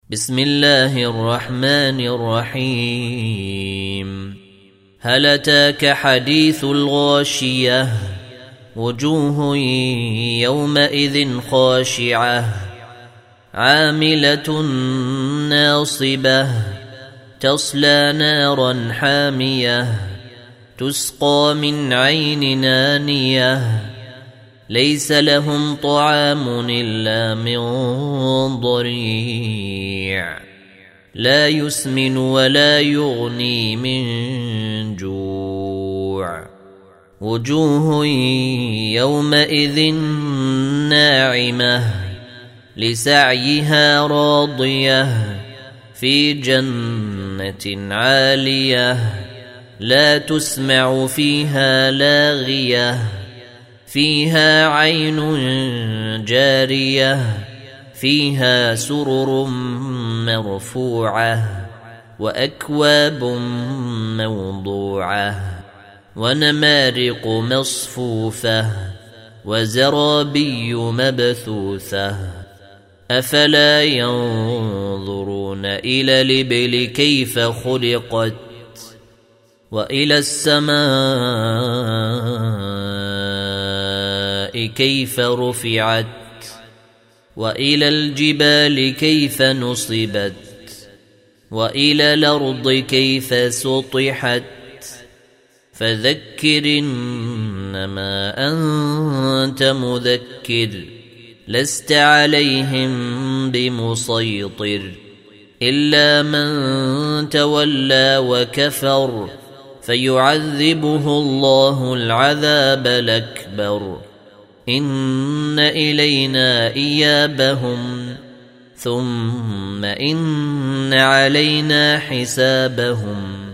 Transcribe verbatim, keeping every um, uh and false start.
بسم الله الرحمن الرحيم هل أتاك حديث الغاشية وجوه يومئذ خاشعة عاملة ناصبة تصلى نارا حامية تسقى من عين آنية ليس لهم طعام إلا من ضريع لا يسمن ولا يغني من جوع وجوه يومئذ ناعمة لسعيها راضية في جنة عالية لا تسمع فيها لاغية فيها عين جارية فيها سرر مرفوعة وأكواب موضوعة ونمارق مصفوفة وزرابي مبثوثة أفلا ينظرون إلى الإبل كيف خلقت وإلى السماء كيف رفعت وإلى الجبال كيف نصبت وإلى الأرض كيف سطحت فذكر إنما أنت مذكر لست عليهم بمسيطر إلا من تولى وكفر فيعذبه الله العذاب الأكبر إن إلينا إيابهم ثم إن علينا حسابهم